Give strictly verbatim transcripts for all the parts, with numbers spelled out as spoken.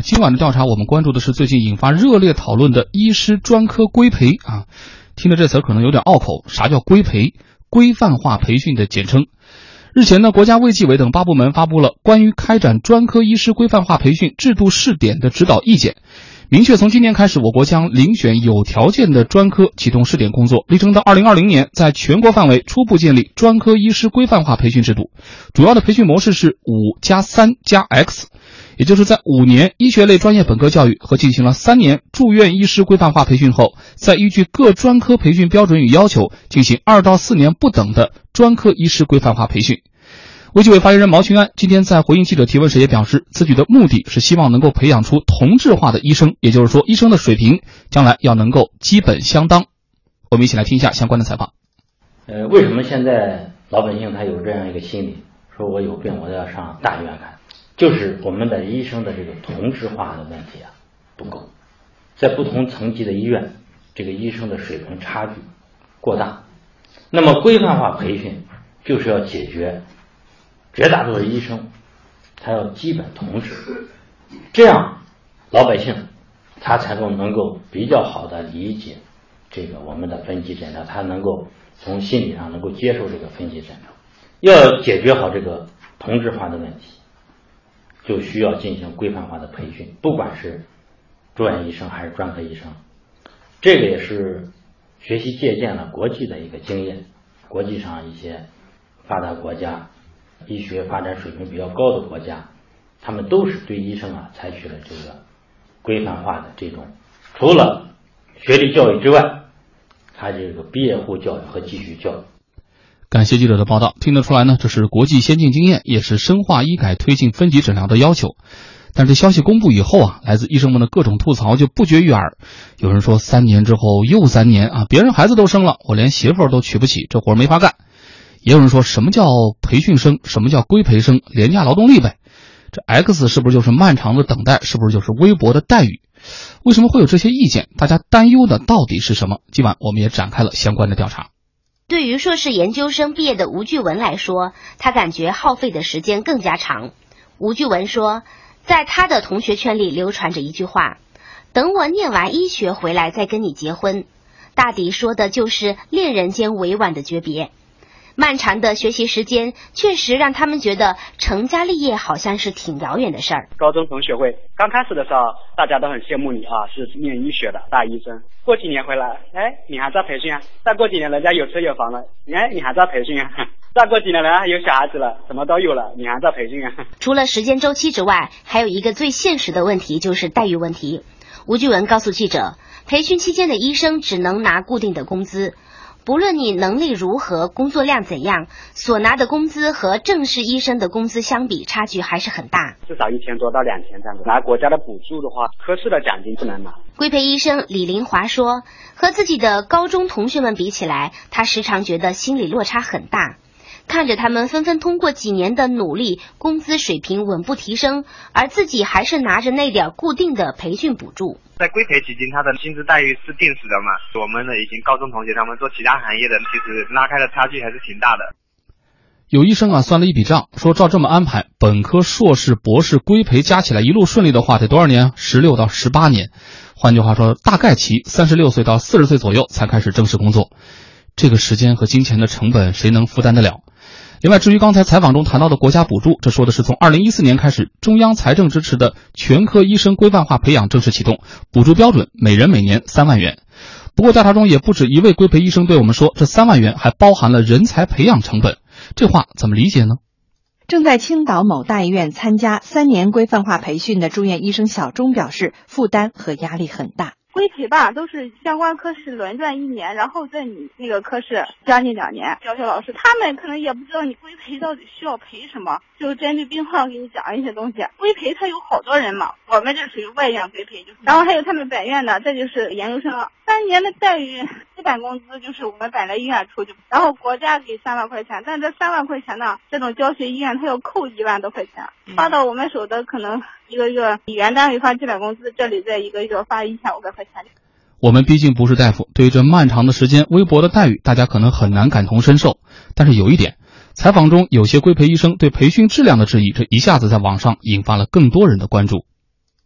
啊，今晚的调查我们关注的是最近引发热烈讨论的医师专科规培啊。听着这词可能有点拗口，啥叫规培？规范化培训的简称。日前呢，国家卫计委等八部门发布了关于开展专科医师规范化培训制度试点的指导意见，明确从今年开始，我国将遴选有条件的专科启动试点工作，力争到二零二零年在全国范围初步建立专科医师规范化培训制度。主要的培训模式是五加三加 X， 也就是在五年医学类专业本科教育和进行了三年住院医师规范化培训后，再依据各专科培训标准与要求进行二到四年不等的专科医师规范化培训。卫计委发言人毛群安今天在回应记者提问时也表示，此举的目的是希望能够培养出同质化的医生，也就是说医生的水平将来要能够基本相当。我们一起来听一下相关的采访。 呃，为什么现在老百姓他有这样一个心理，说我有病我要上大医院看，就是我们的医生的这个同质化的问题啊不够，在不同层级的医院，这个医生的水平差距过大。那么规范化培训就是要解决绝大多数医生他要基本同质，这样老百姓他才能能够比较好的理解这个我们的分级诊疗，他能够从心理上能够接受这个分级诊疗。要解决好这个同质化的问题，就需要进行规范化的培训，不管是住院医生还是专科医生。这个也是学习借鉴了国际的一个经验，国际上一些发达国家医学发展水平比较高的国家，他们都是对医生啊采取了这个规范化的这种，除了学历教育之外，他这个毕业后教育和继续教育。 感谢记者的报道，听得出来呢，这是国际先进经验，也是深化医改推进分级诊疗的要求。但这消息公布以后啊，来自医生们的各种吐槽就不绝于耳。有人说三年之后又三年啊，别人孩子都生了，我连媳妇儿都娶不起，这活没法干。也有人说什么叫培训生，什么叫规培生，廉价劳动力呗。这 X 是不是就是漫长的等待，是不是就是微薄的待遇？为什么会有这些意见？大家担忧的到底是什么？今晚我们也展开了相关的调查。 对于硕士研究生毕业的吴巨文来说，他感觉耗费的时间更加长。吴巨文说，在他的同学圈里流传着一句话，等我念完医学回来再跟你结婚，大抵说的就是恋人间委婉的诀别。漫长的学习时间确实让他们觉得成家立业好像是挺遥远的事儿。 高中同学会刚开始的时候，大家都很羡慕你啊，是念医学的大医生。过几年回来，哎，你还在培训啊？再过几年人家有车有房了，哎，你还在培训啊？再过几年人家有小孩子了，什么都有了，你还在培训啊？ 除了时间周期之外，还有一个最现实的问题就是待遇问题。吴巨文告诉记者，培训期间的医生只能拿固定的工资。不论你能力如何，工作量怎样，所拿的工资和正式医生的工资相比，差距还是很大。 至少一千多到两千这样子。拿国家的补助的话，科室的奖金不能拿。 规培医生李林华说，和自己的高中同学们比起来，他时常觉得心理落差很大。看着他们纷纷通过几年的努力，工资水平稳步提升，而自己还是拿着那点固定的培训补助。 在规培期间，他的薪资待遇是定时的嘛？我们的一些高中同学，他们做其他行业的，其实拉开的差距还是挺大的。 有医生啊算了一笔账，说照这么安排，本科、硕士、博士规培加起来一路顺利的话，得多少年啊？十六到十八年。换句话说，大概其三十六岁到四十岁左右才开始正式工作。这个时间和金钱的成本，谁能负担得了？另外，至于刚才采访中谈到的国家补助，这说的是从二零一四年开始，中央财政支持的全科医生规范化培养正式启动，补助标准每人每年三万元。不过调查中也不止一位规培医生对我们说，这三万元还包含了人才培养成本，这话怎么理解呢？ 正在青岛某大医院参加三年规范化培训的住院医生小钟表示，负担和压力很大。 规培吧，都是相关科室轮转一年，然后在你那个科室将近两年。教学老师他们可能也不知道你规培到底需要培什么，就针对病患给你讲一些东西。规培他有好多人嘛，我们这属于外院规培，就是，然后还有他们本院的，这就是研究生。三年的待遇，基本工资就是我们本来医院出去，然后国家给三万块钱，但这三万块钱呢，这种教学医院他要扣一万多块钱，发到我们手的可能一个月比原单位发基本工资，这里再一个月发一千五百块钱。 我们毕竟不是大夫，对于这漫长的时间、微薄的待遇，大家可能很难感同身受。但是有一点，采访中有些规培医生对培训质量的质疑，这一下子在网上引发了更多人的关注。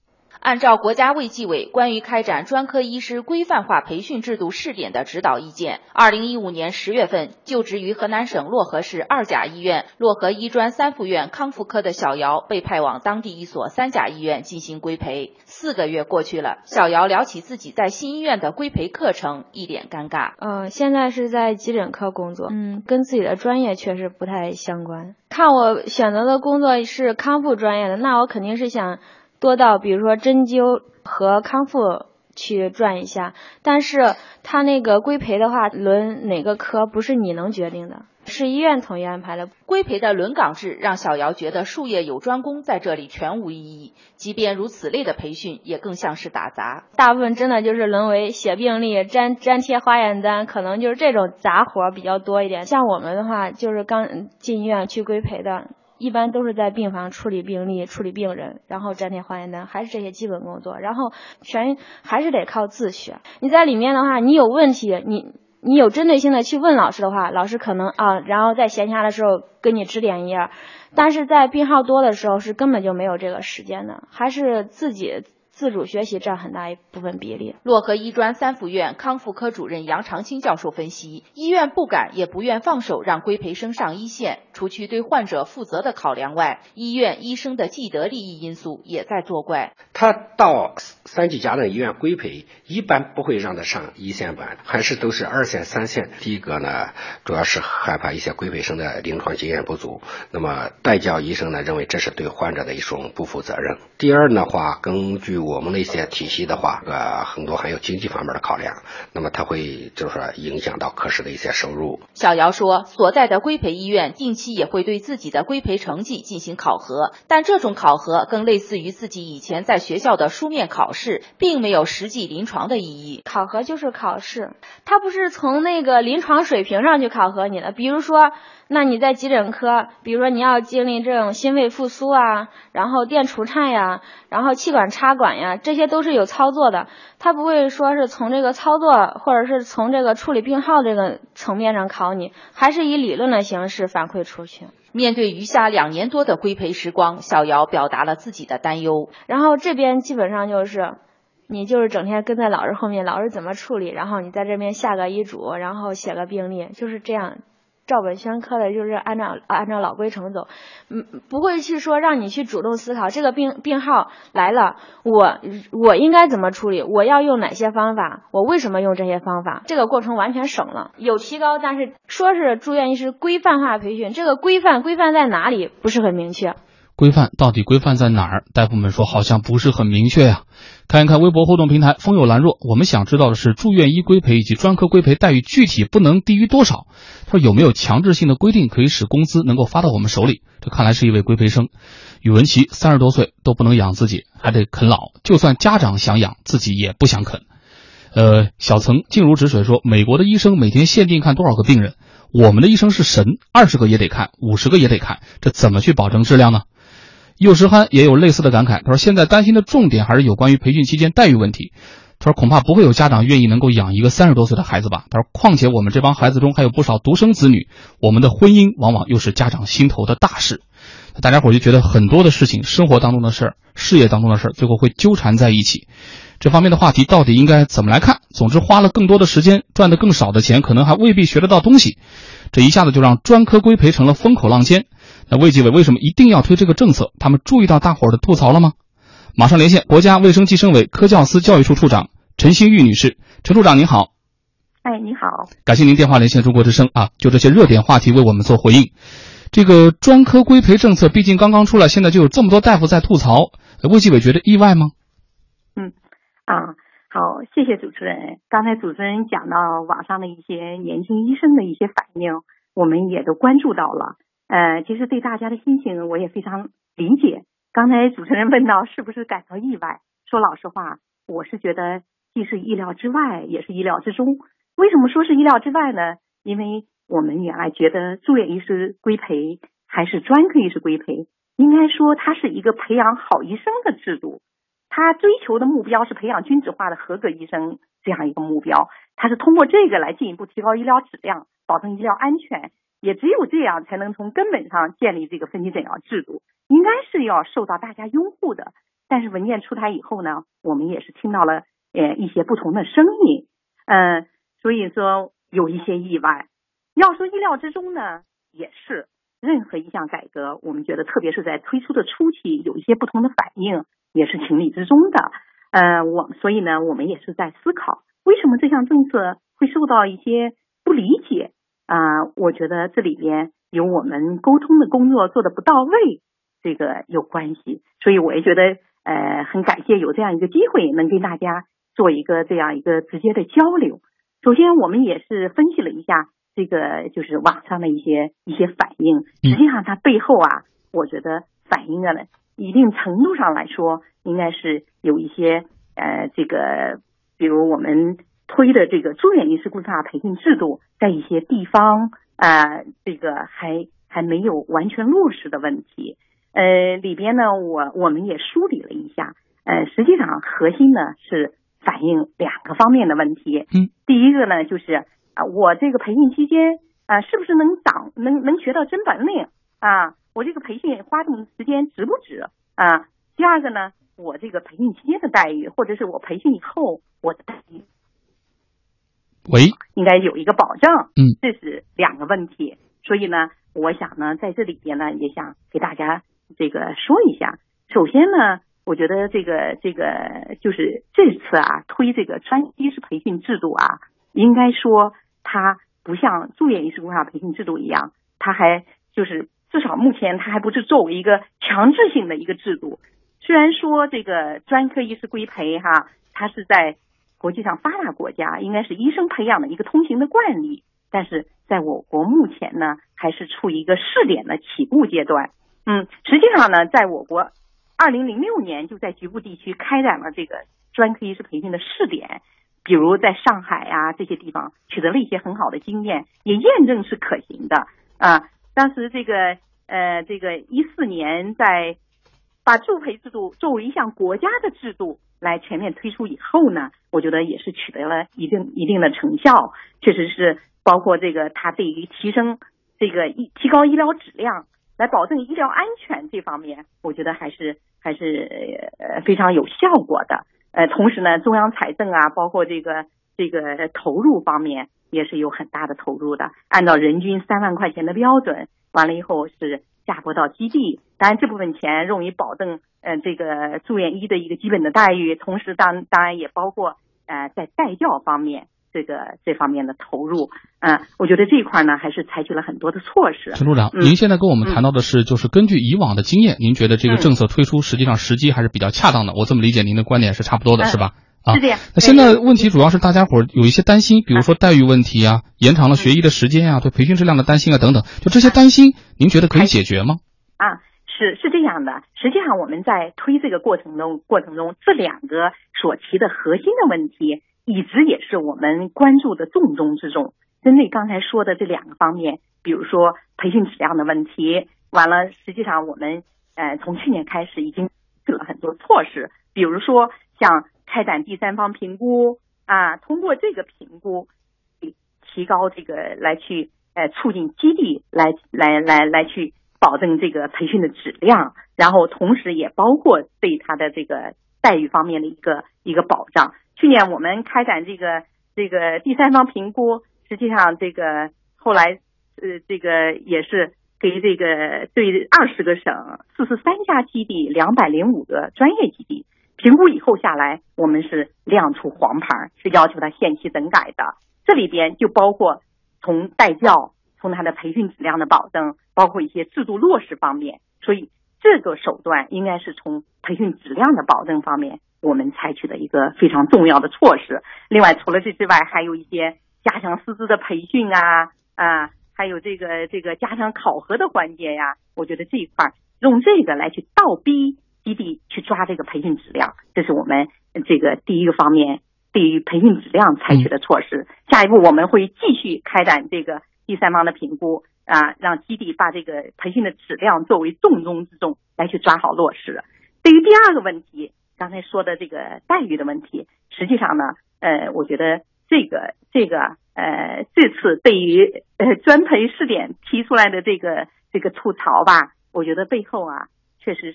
按照国家卫计委关于开展专科医师规范化培训制度试点的指导意见，二零一五年十月份，就职于河南省漯河市二甲医院漯河医专三附院康复科的小姚被派往当地一所三甲医院进行规培。四个月过去了，小姚聊起自己在新医院的规培课程，一脸尴尬。 呃，现在是在急诊科工作，嗯，跟自己的专业确实不太相关。看我选择的工作是康复专业的，那我肯定是想多到比如说针灸和康复去转一下，但是他那个规培的话，轮哪个科不是你能决定的，是医院统一安排的。 规培的轮岗制让小姚觉得术业有专攻在这里全无意义，即便如此类的培训也更像是打杂， 大部分真的就是沦为写病历、粘粘贴化验单，可能就是这种杂活比较多一点。像我们的话，就是刚进医院去规培的，一般都是在病房处理病历、处理病人，然后粘贴化验单，还是这些基本工作，然后全还是得靠自学。你在里面的话，你有问题，你你有针对性的去问老师的话，老师可能啊，然后在闲暇的时候跟你指点一二，但是在病号多的时候是根本就没有这个时间的，还是自己自主学习占很大一部分比例。 漯河医专三附院康复科主任杨长青教授分析，医院不敢也不愿放手让规培生上一线，除去对患者负责的考量外，医院医生的既得利益因素也在作怪。 他到三级甲等医院规培，一般不会让他上一线班，还是都是二线、三线。第一个呢，主要是害怕一些规培生的临床经验不足，那么代教医生呢认为这是对患者的一种不负责任。第二的话，根据我们的一些体系的话，呃，很多还有经济方面的考量，那么它会就是说影响到科室的一些收入。 小姚说，所在的规培医院定期也会对自己的规培成绩进行考核，但这种考核更类似于自己以前在学校的书面考试，并没有实际临床的意义。 考核就是考试，它不是从那个临床水平上去考核你的。比如说，那你在急诊科，比如说你要经历这种心肺复苏啊，然后电除颤呀，然后气管插管呀，这些都是有操作的。他不会说是从这个操作或者是从这个处理病号这个层面上考你，还是以理论的形式反馈出去。 面对余下两年多的规培时光，小姚表达了自己的担忧。 然后这边基本上就是你就是整天跟在老师后面，老师怎么处理，然后你在这边下个医嘱，然后写个病历，就是这样照本宣科的，就是按照按照老规程走，嗯，不会去说让你去主动思考这个病病号来了，我我应该怎么处理，我要用哪些方法，我为什么用这些方法，这个过程完全省了，有提高，但是说是住院医师规范化培训，这个规范规范在哪里不是很明确。 规范到底规范在哪儿？大夫们说好像不是很明确呀、啊。看一看微博互动平台风有兰若，我们想知道的是住院医规培以及专科规培待遇具体不能低于多少？他说有没有强制性的规定可以使工资能够发到我们手里？这看来是一位规培生。宇文琪三十多岁都不能养自己，还得啃老，就算家长想养，自己也不想啃。呃，小曾静如止水说，美国的医生每天限定看多少个病人，我们的医生是神，二十个也得看，五十个也得看，这怎么去保证质量呢？幼师憨也有类似的感慨，他说现在担心的重点还是有关于培训期间待遇问题。他说恐怕不会有家长愿意能够养一个三十多岁的孩子吧。他说况且我们这帮孩子中还有不少独生子女，我们的婚姻往往又是家长心头的大事。大家伙就觉得很多的事情，生活当中的事儿，事业当中的事儿，最后会纠缠在一起。这方面的话题到底应该怎么来看？总之花了更多的时间，赚的更少的钱，可能还未必学得到东西。这一下子就让专科规培成了风口浪尖。那卫计委为什么一定要推这个政策？他们注意到大伙儿的吐槽了吗？马上连线国家卫生计生委科教司教育处处长陈新玉女士。陈处长您好。 哎，你好。感谢您电话连线中国之声啊，就这些热点话题为我们做回应。这个专科规培政策毕竟刚刚出来，现在就有这么多大夫在吐槽，卫计委觉得意外吗？ 嗯啊，好，谢谢主持人。刚才主持人讲到网上的一些年轻医生的一些反应，我们也都关注到了。呃，其实对大家的心情我也非常理解。刚才主持人问到是不是感到意外，说老实话，我是觉得既是意料之外，也是意料之中。为什么说是意料之外呢？因为我们原来觉得住院医师规培还是专科医师规培，应该说它是一个培养好医生的制度，它追求的目标是培养均质化的合格医生这样一个目标，它是通过这个来进一步提高医疗质量，保证医疗安全，也只有这样才能从根本上建立这个分级诊疗制度，应该是要受到大家拥护的。 但是文件出台以后呢，我们也是听到了呃一些不同的声音，嗯、呃，所以说有一些意外。要说意料之中呢，也是任何一项改革，我们觉得特别是在推出的初期，有一些不同的反应，也是情理之中的。呃，我所以呢，我们也是在思考，为什么这项政策会受到一些不理解啊、呃？我觉得这里边有我们沟通的工作做得不到位，这个有关系。所以我也觉得呃很感谢有这样一个机会，能跟大家做一个这样一个直接的交流。首先，我们也是分析了一下这个就是网上的一些一些反应，实际上它背后啊，我觉得反映了一定程度上来说，应该是有一些呃这个，比如我们推的这个住院医师规范化培训制度，在一些地方啊、呃，这个还还没有完全落实的问题。呃，里边呢，我我们也梳理了一下，呃，实际上核心呢是反映两个方面的问题。 嗯， 第一个呢就是啊、呃，我这个培训期间啊、呃，是不是能长能能学到真本领啊？我这个培训花动的时间值不值啊？第二个呢，我这个培训期间的待遇，或者是我培训以后我的待遇， 喂， 应该有一个保障。 嗯， 这是两个问题。所以呢，我想呢，在这里边呢，也想给大家这个说一下。首先呢，我觉得这个这个就是这次啊推这个专业医师培训制度啊，应该说它不像住院医师规划培训制度一样，它还就是至少目前它还不是作为一个强制性的一个制度。虽然说这个专科医师规培哈，它是在国际上发达国家应该是医生培养的一个通行的惯例，但是在我国目前呢，还是处于一个试点的起步阶段。嗯，实际上呢，在我国二零零六年就在局部地区开展了这个专科医师培训的试点，比如在上海啊这些地方取得了一些很好的经验，也验证是可行的啊。当时这个呃这个一四年在把助培制度作为一项国家的制度来全面推出以后呢，我觉得也是取得了一定一定的成效，确实是包括这个它对于提升这个医提高医疗质量，来保证医疗安全这方面，我觉得还是还是呃非常有效果的。呃，同时呢，中央财政啊，包括这个这个投入方面也是有很大的投入的，按照人均三万块钱的标准，完了以后是下拨到基地，当然这部分钱用于保证呃这个住院医的一个基本的待遇，同时当当然也包括呃在带教方面这个这方面的投入。嗯、呃，我觉得这一块呢还是采取了很多的措施。 陈处长， 嗯、 您现在跟我们谈到的是，就是根据以往的经验，您觉得这个政策推出实际上时机还是比较恰当的。我这么理解您的观点是差不多的， 嗯、 是吧？啊， 是这样。 那现在问题主要是大家伙有一些担心，比如说待遇问题啊，延长了学医的时间啊，对培训质量的担心啊等等，就这些担心，您觉得可以解决吗？ 啊，是是这样的。实际上我们在推这个过程中过程中，这两个所提的核心的问题，一直也是我们关注的重中之重。针对刚才说的这两个方面，比如说培训质量的问题，完了，实际上我们呃从去年开始已经做了很多措施，比如说像开展第三方评估啊，通过这个评估提高这个来去呃促进基地来来来来去保证这个培训的质量，然后同时也包括对他的这个待遇方面的一个一个保障。去年我们开展这个这个第三方评估，实际上这个后来呃这个也是给这个对二十个省四十三家基地两百零五个专业基地评估以后下来，我们是亮出黄牌，是要求他限期整改的。这里边就包括从带教，从他的培训质量的保证，包括一些制度落实方面。所以这个手段应该是从培训质量的保证方面，我们采取的一个非常重要的措施。另外，除了这之外，还有一些加强师资的培训啊啊，还有这个这个加强考核的环节呀。我觉得这一块用这个来去倒逼基地去抓这个培训质量，这是我们这个第一个方面对于培训质量采取的措施。下一步我们会继续开展这个第三方的评估啊，让基地把这个培训的质量作为重中之重来去抓好落实。对于第二个问题，刚才说的这个待遇的问题，实际上呢，呃，我觉得这个这个呃，这次对于呃专培试点提出来的这个这个吐槽吧，我觉得背后啊，确实是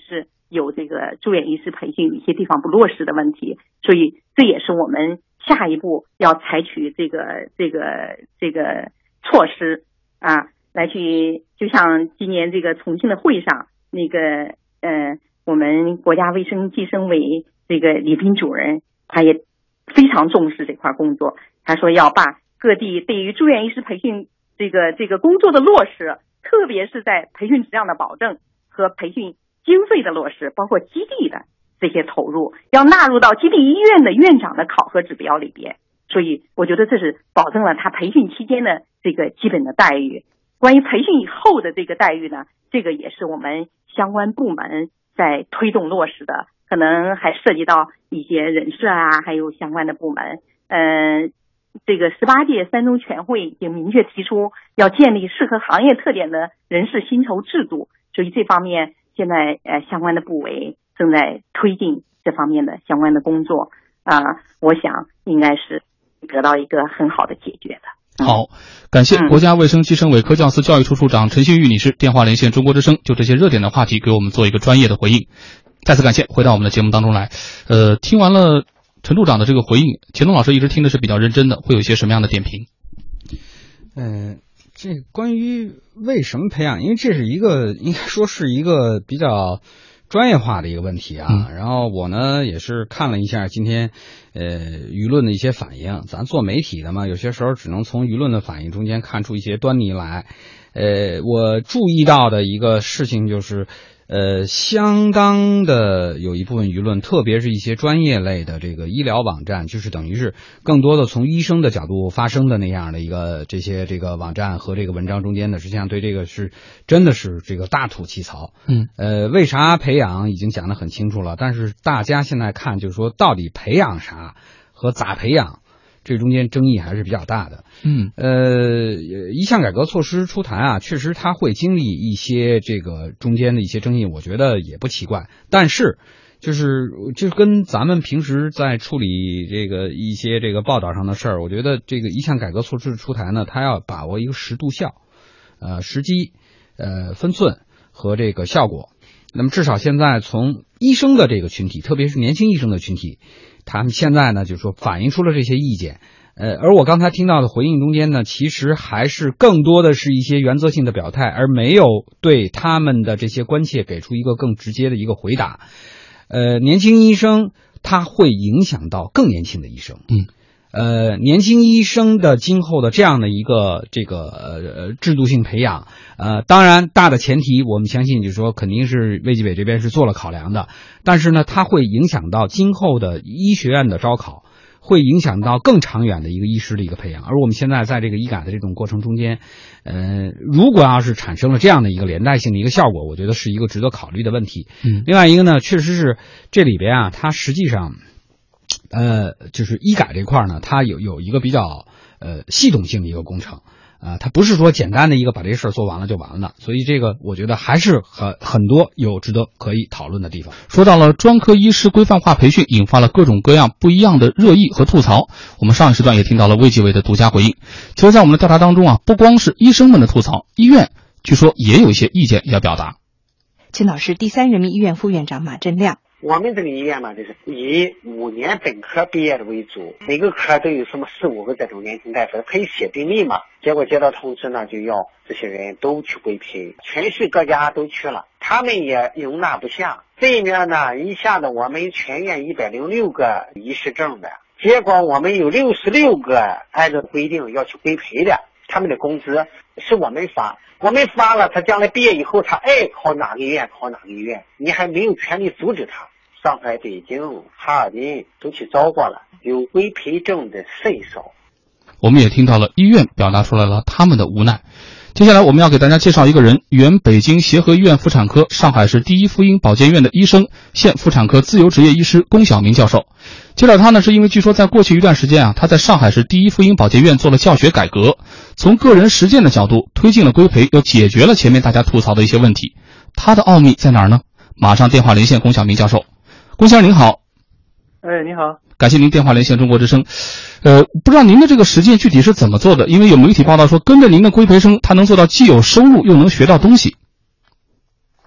有这个住院医师培训有一些地方不落实的问题，所以这也是我们下一步要采取这个这个这个措施啊，来去就像今年这个重庆的会上，那个呃，我们国家卫生计生委这个李斌主任，他也非常重视这块工作。他说要把各地对于住院医师培训这个这个工作的落实，特别是在培训质量的保证和培训经费的落实，包括基地的这些投入，要纳入到基地医院的院长的考核指标里边。所以我觉得这是保证了他培训期间的这个基本的待遇。关于培训以后的这个待遇呢，这个也是我们相关部门在推动落实的，可能还涉及到一些人事啊，还有相关的部门。嗯、呃，这个十八届三中全会已经明确提出要建立适合行业特点的人事薪酬制度，所以这方面现在呃相关的部委正在推进这方面的相关的工作啊、呃，我想应该是得到一个很好的解决的。 好，感谢国家卫生计生委科教司教育处处长陈新玉女士电话连线中国之声，就这些热点的话题给我们做一个专业的回应。再次感谢，回到我们的节目当中来。呃，听完了陈处长的这个回应，钱东老师一直听的是比较认真的，会有一些什么样的点评？ 呃，这关于为什么培养，因为这是一个应该说是一个比较专业化的一个问题啊。嗯、然后我呢也是看了一下今天呃舆论的一些反应，咱做媒体的嘛，有些时候只能从舆论的反应中间看出一些端倪来。呃，我注意到的一个事情就是。呃，相当的有一部分舆论，特别是一些专业类的这个医疗网站，就是等于是更多的从医生的角度发声的那样的一个这些这个网站和这个文章中间的，实际上对这个是真的是这个大吐其槽。 嗯， 呃，为啥培养已经讲得很清楚了，但是大家现在看就是说到底培养啥和咋培养，这中间争议还是比较大的。 嗯， 呃，一项改革措施出台啊，确实它会经历一些这个中间的一些争议，我觉得也不奇怪。但是，就是就跟咱们平时在处理这个一些这个报道上的事儿，我觉得这个一项改革措施出台呢，它要把握一个时度效，呃，时机，呃，分寸和这个效果。那么至少现在从医生的这个群体，特别是年轻医生的群体，他们现在呢，就是说反映出了这些意见。呃，而我刚才听到的回应中间呢，其实还是更多的是一些原则性的表态，而没有对他们的这些关切给出一个更直接的一个回答。呃，年轻医生他会影响到更年轻的医生， 嗯， 呃，年轻医生的今后的这样的一个这个呃制度性培养，呃，当然大的前提我们相信就是说肯定是卫计委这边是做了考量的，但是呢，它会影响到今后的医学院的招考。会影响到更长远的一个医师的一个培养，而我们现在在这个医改的这种过程中间，呃，如果要是产生了这样的一个连带性的一个效果，我觉得是一个值得考虑的问题。 嗯， 另外一个呢，确实是这里边啊，它实际上，呃，就是医改这块呢，它有有一个比较呃系统性的一个工程。啊、呃，它不是说简单的一个把这事儿做完了就完了，所以这个我觉得还是很很多有值得可以讨论的地方。 说到了专科医师规范化培训，引发了各种各样不一样的热议和吐槽。我们上一时段也听到了卫计委的独家回应。其实，在我们的调查当中啊，不光是医生们的吐槽，医院据说也有一些意见要表达。 青岛市第三人民医院副院长马振亮。 我们这个医院嘛，就是以五年本科毕业的为主，每个科都有什么四五个这种年轻大夫，可以写病历嘛。结果接到通知呢，就要这些人都去规培，全市各家都去了，他们也容纳不下。这一面呢，一下子我们全院一百零六个医师证的，结果我们有六十六个按照规定要去规培的，他们的工资是我们发。我们发了，他将来毕业以后，他爱考哪个医院考哪个医院，你还没有权利阻止他。上海、北京、哈尔滨都去招过了，有规培证的甚少。 我们也听到了医院表达出来了他们的无奈。接下来我们要给大家介绍一个人，原北京协和医院妇产科、上海市第一妇婴保健院的医生，现妇产科自由职业医师龚晓明教授。介绍他呢，是因为据说在过去一段时间啊，他在上海市第一妇婴保健院做了教学改革，从个人实践的角度推进了规培，又解决了前面大家吐槽的一些问题。他的奥秘在哪儿呢？马上电话连线龚晓明教授。龚先生您好。 哎，你好， 感谢您电话连线中国之声。呃，不知道您的这个实践具体是怎么做的？因为有媒体报道说，跟着您的规培生，他能做到既有收入又能学到东西。 呃，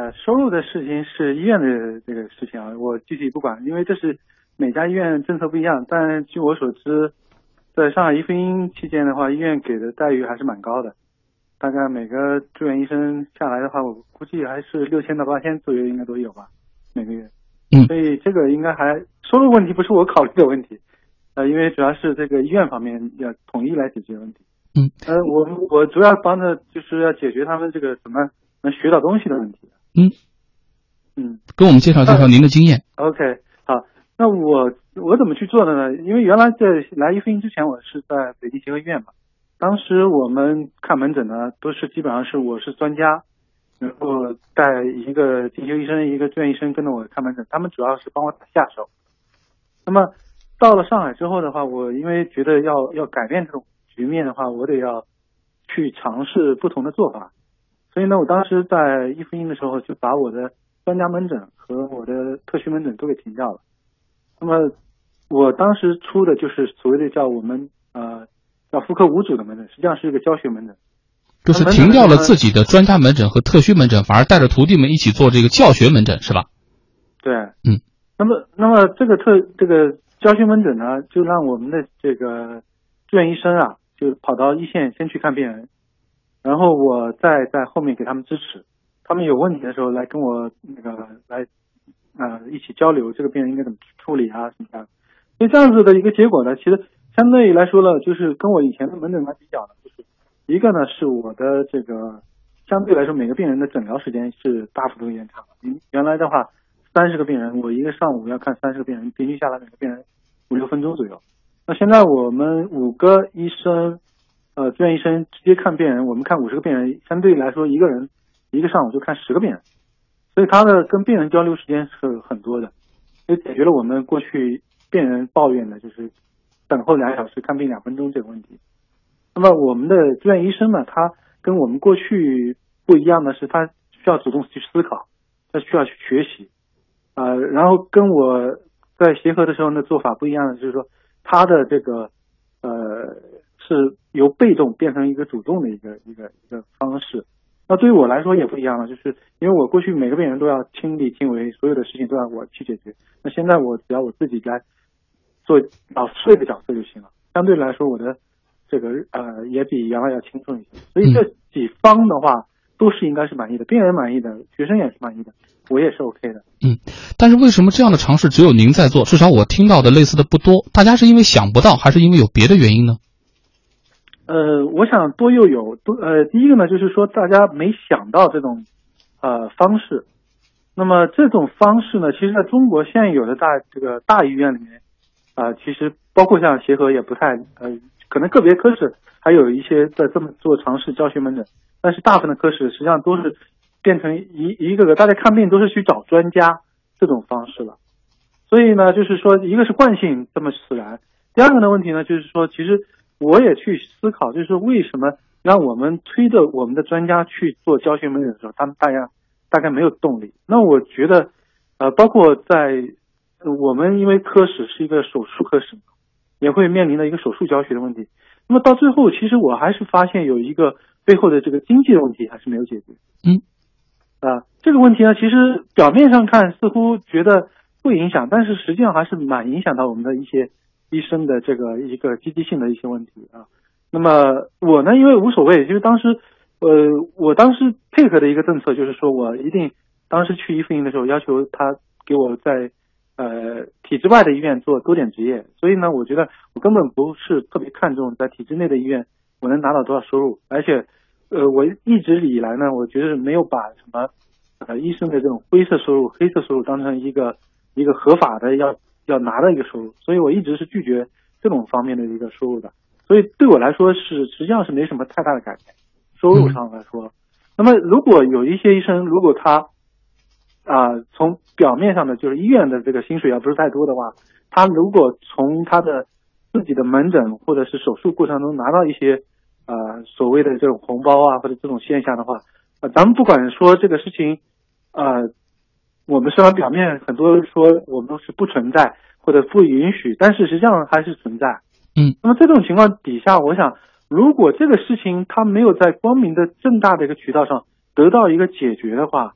呃，收入的事情是医院的这个事情啊，我具体不管，因为这是每家医院政策不一样。但据我所知，在上海一婚姻期间的话，医院给的待遇还是蛮高的，大概每个住院医生下来的话，我估计还是六千到八千左右应该都有吧，每个月。 嗯， 所以这个应该还收入问题不是我考虑的问题，呃，因为主要是这个医院方面要统一来解决问题。 嗯， 呃，我我主要帮着就是要解决他们这个怎么能学到东西的问题。 嗯嗯， 跟我们介绍介绍您的经验。 呃、OK， 好，那我我怎么去做的呢？因为原来在来一婚姻之前，我是在北京协和医院嘛，当时我们看门诊呢，都是基本上是我是专家，然后带一个进修医生、一个住院医生跟着我看门诊，他们主要是帮我打下手。那么到了上海之后的话，我因为觉得要要改变这种局面的话，我得要去尝试不同的做法。所以呢，我当时在一婚姻的时候，就把我的专家门诊和我的特需门诊都给停掉了。那么我当时出的就是所谓的叫我们呃叫妇科无主的门诊，实际上是一个教学门诊， 就是停掉了自己的专家门诊和特需门诊，反而带着徒弟们一起做这个教学门诊，是吧？ 对， 嗯。 那么那么这个特这个教学门诊呢，就让我们的这个住院医生啊，就跑到一线先去看病人。然后我再在后面给他们支持，他们有问题的时候来跟我那个来呃一起交流，这个病人应该怎么处理啊什么的。所以这样子的一个结果呢，其实相对来说呢，就是跟我以前的门诊来比较呢，就是一个呢是我的这个相对来说每个病人的诊疗时间是大幅度延长。原来的话三十个病人，我一个上午要看三十个病人，平均下来每个病人五六分钟左右。那现在我们五个医生。呃，住院医生直接看病人，我们看五十个病人，相对来说一个人一个上午就看十个病人，所以他的跟病人交流时间是很多的，也解决了我们过去病人抱怨的就是等候两小时看病两分钟这个问题。那么我们的住院医生呢，他跟我们过去不一样的是，他需要主动去思考，他需要去学习，呃，然后跟我在协和的时候的做法不一样的就是说，他的这个呃。是由被动变成一个主动的一个一个一个方式。那对于我来说也不一样了，就是因为我过去每个病人都要亲力亲为，所有的事情都要我去解决。那现在我只要我自己来做老师的角色就行了。相对来说，我的这个呃也比原来要轻松一些。所以这几方的话都是应该是满意的，病人满意的，学生也是满意的，我也是 OK 的。 嗯，但是为什么这样的尝试只有您在做？至少我听到的类似的不多。大家是因为想不到，还是因为有别的原因呢？ 呃，我想多又有多呃，第一个呢，就是说大家没想到这种呃方式。那么这种方式呢，其实在中国现有的大这个大医院里面，啊、呃，其实包括像协和也不太呃，可能个别科室还有一些在这么做尝试教学门诊，但是大部分的科室实际上都是变成一一个个大家看病都是去找专家这种方式了。所以呢，就是说一个是惯性这么使然，第二个的问题呢，就是说其实。我也去思考，就是为什么让我们推着我们的专家去做教学门诊的时候，他们大家大概没有动力。那我觉得，呃，包括在我们因为科室是一个手术科室，也会面临的一个手术教学的问题。那么到最后，其实我还是发现有一个背后的这个经济的问题还是没有解决。 嗯， 啊、呃，这个问题呢，其实表面上看似乎觉得不影响，但是实际上还是蛮影响到我们的一些。医生的这个一个积极性的一些问题啊，那么我呢，因为无所谓，就是当时，呃，我当时配合的一个政策就是说我一定当时去一婚姻的时候要求他给我在呃体制外的医院做多点执业，所以呢，我觉得我根本不是特别看重在体制内的医院我能拿到多少收入，而且呃我一直以来呢，我觉得没有把什么呃医生的这种灰色收入、黑色收入当成一个一个合法的要。要拿的一个收入，所以我一直是拒绝这种方面的一个收入的，所以对我来说是实际上是没什么太大的改变，收入上来说。那么如果有一些医生，如果他啊、呃、从表面上的就是医院的这个薪水要不是太多的话，他如果从他的自己的门诊或者是手术过程中拿到一些呃所谓的这种红包啊或者这种现象的话，呃咱们不管说这个事情呃。我们虽然表面很多说我们是不存在或者不允许，但是实际上还是存在。 嗯， 那么这种情况底下，我想如果这个事情它没有在光明的正大的一个渠道上得到一个解决的话，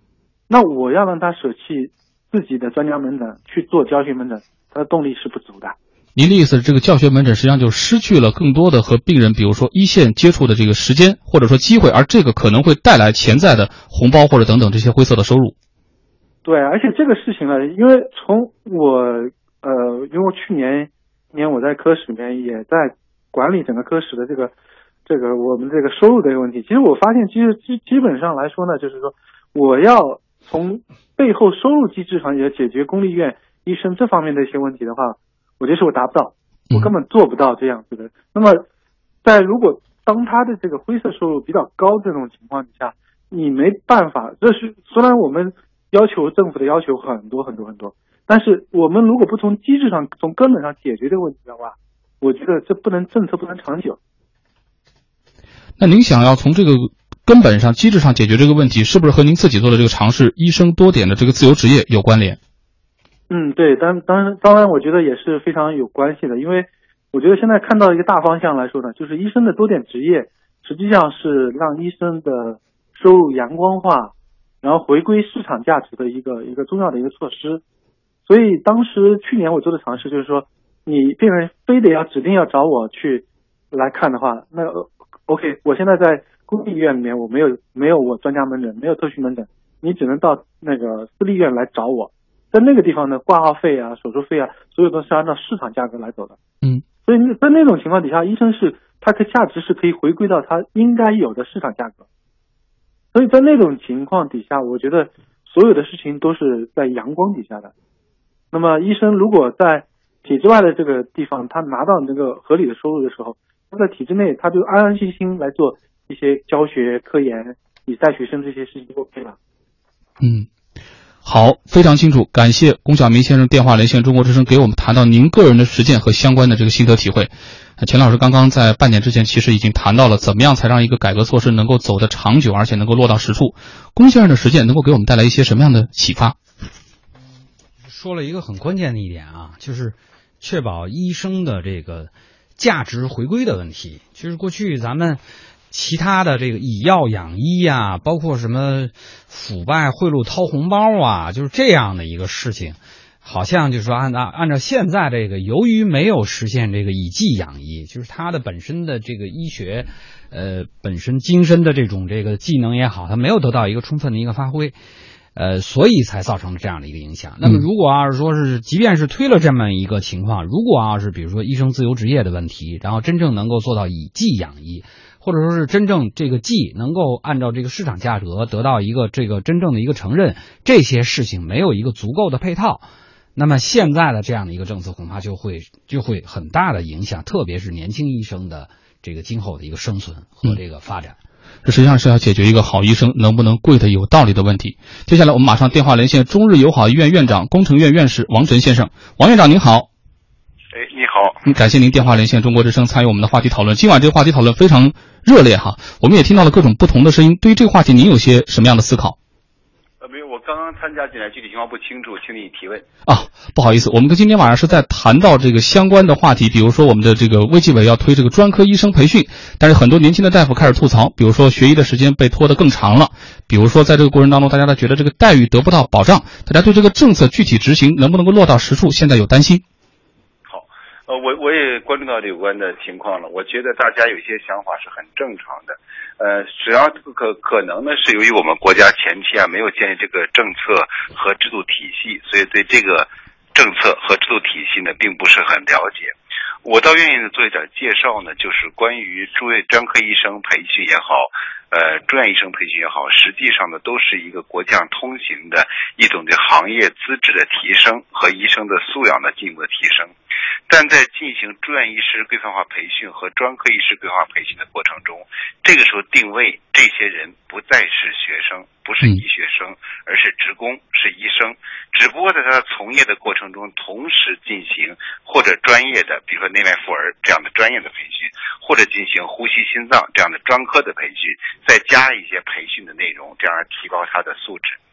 那我要让他舍弃自己的专家门诊去做教学门诊，他的动力是不足的。 您的意思，这个教学门诊实际上就失去了更多的和病人，比如说一线接触的这个时间或者说机会，而这个可能会带来潜在的红包或者等等这些灰色的收入。 对，而且这个事情呢，因为从我呃，因为我去年年我在科室里面也在管理整个科室的这个这个我们这个收入的一个问题，其实我发现，其实基基本上来说呢，就是说我要从背后收入机制上也解决公立医院医生这方面的一些问题的话，我觉得是我达不到，我根本做不到这样子的。嗯、那么，在如果当他的这个灰色收入比较高这种情况底下，你没办法，这是虽然我们要求政府的要求很多很多很多，但是我们如果不从机制上、从根本上解决这个问题的话，我觉得这不能政策不能长久。 那您想要从这个根本上、机制上解决这个问题，是不是和您自己做的这个尝试“医生多点”的这个自由职业有关联？ 嗯，对，当当然当然，我觉得也是非常有关系的，因为我觉得现在看到一个大方向来说呢，就是医生的多点职业，实际上是让医生的收入阳光化，然后回归市场价值的一个一个重要的一个措施。所以当时去年我做的尝试就是说，你病人非得要指定要找我去来看的话，那 OK， 我现在在公立医院里面我没有没有我专家门诊，没有特许门诊，你只能到那个私立医院来找我。在那个地方呢，挂号费啊、手术费啊，所有都是按照市场价格来走的。 嗯， 所以在那种情况底下，医生是他的价值是可以回归到他应该有的市场价格。所以在那种情况底下，我觉得所有的事情都是在阳光底下的。那么医生如果在体制外的这个地方，他拿到这个合理的收入的时候，他在体制内他就安安心心来做一些教学、科研、比赛学生这些事情就 OK 了。 嗯。好，非常清楚，感谢龚晓明先生电话连线中国之声，给我们谈到您个人的实践和相关的这个心得体会。钱老师刚刚在半点之前其实已经谈到了怎么样才让一个改革措施能够走得长久，而且能够落到实处。龚先生的实践能够给我们带来一些什么样的启发？ 说了一个很关键的一点啊，就是确保医生的这个价值回归的问题。就是过去咱们其他的这个以药养医啊，包括什么腐败贿赂掏红包啊，就是这样的一个事情，好像就是说按照按照现在这个，由于没有实现这个以技养医，就是它的本身的这个医学呃本身精深的这种这个技能也好，它没有得到一个充分的一个发挥，呃所以才造成了这样的一个影响。那么如果要是说是即便是推了这么一个情况，如果要是比如说医生自由职业的问题，然后真正能够做到以技养医，或者说是真正这个技能够按照这个市场价格得到一个这个真正的一个承认，这些事情没有一个足够的配套，那么现在的这样的一个政策恐怕就会就会很大的影响，特别是年轻医生的这个今后的一个生存和这个发展。 嗯，这实际上是要解决一个好医生能不能贵的有道理的问题。接下来我们马上电话连线中日友好医院院长、工程院院士王晨先生。王院长您好。 哎，你好。 嗯，感谢您电话连线中国之声参与我们的话题讨论。今晚这个话题讨论非常热烈哈，我们也听到了各种不同的声音。对于这个话题，您有些什么样的思考？ 呃，没有，我刚刚参加进来，具体情况不清楚，请你提问。 啊，不好意思，我们跟今天晚上是在谈到这个相关的话题，比如说我们的这个卫计委要推这个专科医生培训，但是很多年轻的大夫开始吐槽，比如说学医的时间被拖得更长了，比如说在这个过程当中，大家都觉得这个待遇得不到保障，大家对这个政策具体执行能不能够落到实处，现在有担心。 呃，我我也关注到有关的情况了。我觉得大家有些想法是很正常的，呃，主要可可能呢是由于我们国家前期啊没有建立这个政策和制度体系，所以对这个政策和制度体系呢并不是很了解。我倒愿意做一点介绍呢，就是关于诸位专科医生培训也好，呃，专业医生培训也好，实际上呢都是一个国家通行的一种对行业资质的提升和医生的素养的进一步的提升。但在进行住院医师规范化培训和专科医师规范化培训的过程中，这个时候定位这些人不再是学生，不是医学生，而是职工，是医生。只不过在他从业的过程中，同时进行或者专业的，比如说内外妇儿这样的专业的培训，或者进行呼吸心脏这样的专科的培训，再加一些培训的内容，这样提高他的素质。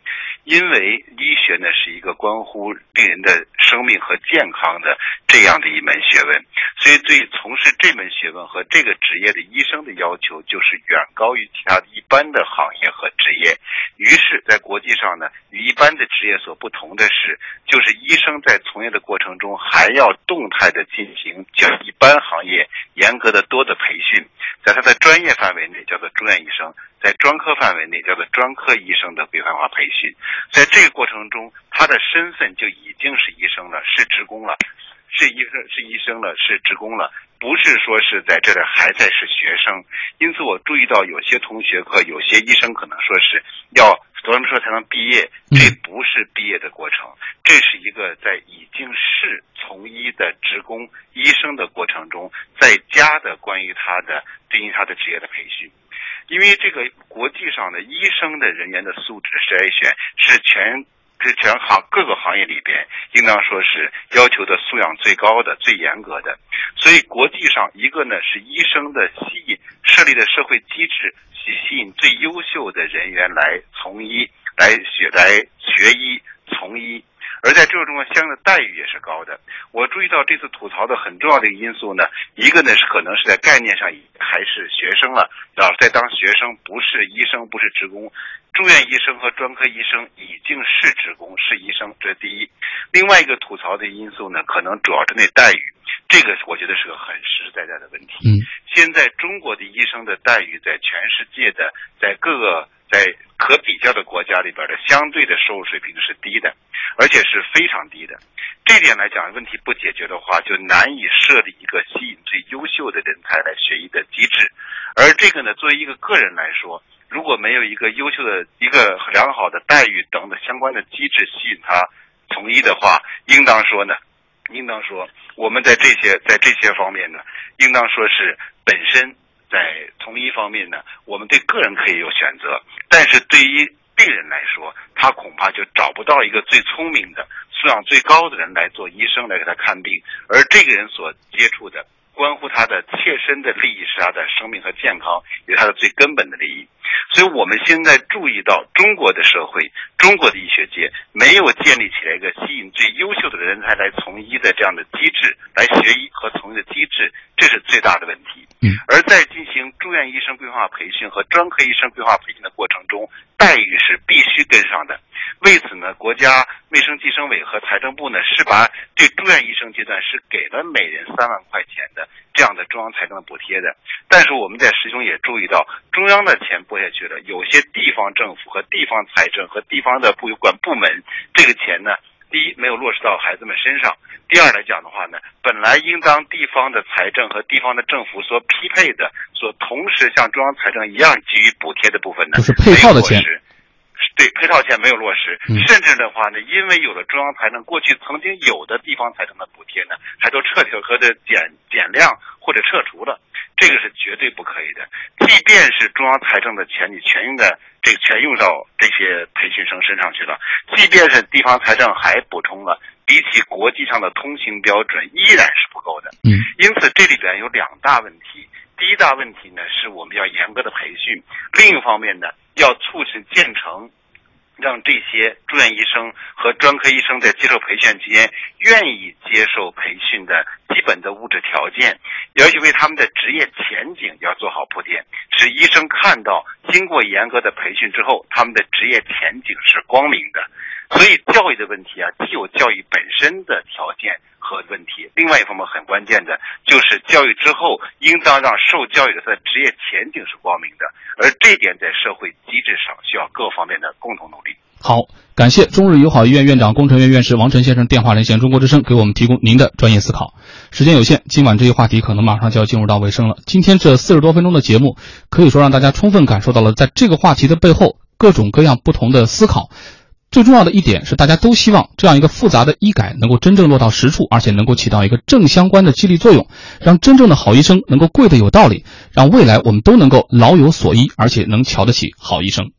因为医学呢是一个关乎病人的生命和健康的这样的一门学问，所以对从事这门学问和这个职业的医生的要求就是远高于其他的一般的行业和职业。于是在国际上呢，与一般的职业所不同的是，就是医生在从业的过程中还要动态的进行较一般行业严格的多的培训，在他的专业范围内叫做住院医生，在专科范围内叫做专科医生的规范化培训。在这个过程中，他的身份就已经是医生了，是职工了，是医生是医生了，是职工了，不是说是在这里还在是学生。因此我注意到有些同学和有些医生可能说是要多少说才能毕业，这不是毕业的过程，这是一个在已经是从医的职工医生的过程中再加的关于他的对应他的职业的培训。因为这个国际上的医生的人员的素质筛选是全是全行各个行业里边应当说是要求的素养最高的最严格的，所以国际上一个呢是医生的吸引设立的社会机制，去吸引最优秀的人员来从医来学来学医从医，而在这种情况相应的待遇也是高的。我注意到这次吐槽的很重要的一个因素呢，一个呢是可能是在概念上还是学生了，老在当学生，不是医生，不是职工。住院医生和专科医生已经是职工是医生，这是第一。另外一个吐槽的因素呢，可能主要针对待遇，这个我觉得是个很实实在在的问题。 嗯， 现在中国的医生的待遇在全世界的在各个在可比较的国家里边的相对的收入水平是低的，而且是非常低的。这点来讲，问题不解决的话，就难以设立一个吸引最优秀的人才来学医的机制。而这个呢，作为一个个人来说，如果没有一个优秀的一个良好的待遇等等相关的机制吸引他从医的话，应当说呢，应当说我们在这些在这些方面呢，应当说是本身在从医方面呢，我们对个人可以有选择，但是对于病人来说，他恐怕就找不到一个最聪明的素养最高的人来做医生来给他看病，而这个人所接触的关乎他的切身的利益是他的生命和健康，也是他的最根本的利益。所以我们现在注意到中国的社会，中国的医学界没有建立起来一个吸引最优秀的人才来从医的这样的机制，来学医和从医的机制，这是最大的问题。 嗯， 而在进行住院医生规划培训和专科医生规划培训的过程中，待遇是必须跟上的。为此呢，国家卫生计生委和财政部呢是把对住院医生阶段是给了每人三万块钱的这样的中央财政的补贴的。但是我们在师兄也注意到，中央的钱拨下去了，有些地方政府和地方财政和地方的不有关部门，这个钱呢，第一没有落实到孩子们身上，第二来讲的话呢，本来应当地方的财政和地方的政府所匹配的，所同时像中央财政一样给予补贴的部分呢， 就是配套的钱。 对，配套钱没有落实， 嗯、 甚至的话呢，因为有了中央财政过去曾经有的地方财政的补贴呢，还都彻底和的减减量或者撤除了，这个是绝对不可以的。即便是中央财政的钱你全用的这个全用到这些培训生身上去了，即便是地方财政还补充了，比起国际上的通行标准依然是不够的。 嗯， 因此这里边有两大问题。第一大问题呢，是我们要严格的培训；另一方面呢，要促使建成。让这些住院医生和专科医生在接受培训期间愿意接受培训的基本的物质条件，要去为他们的职业前景要做好铺垫，使医生看到经过严格的培训之后，他们的职业前景是光明的。所以教育的问题啊，既有教育本身的条件和问题，另外一方面很关键的就是教育之后应当让受教育者的职业前景是光明的，而这点在社会机制上需要各方面的共同努力。 好，感谢中日友好医院院长龚成元院士王晨先生电话连线中国之声，给我们提供您的专业思考。时间有限，今晚这一话题可能马上就要进入到尾声了。今天这四十多分钟的节目，可以说让大家充分感受到了在这个话题的背后各种各样不同的思考。最重要的一点是，大家都希望这样一个复杂的医改能够真正落到实处，而且能够起到一个正相关的激励作用，让真正的好医生能够贵得有道理，让未来我们都能够老有所依，而且能瞧得起好医生。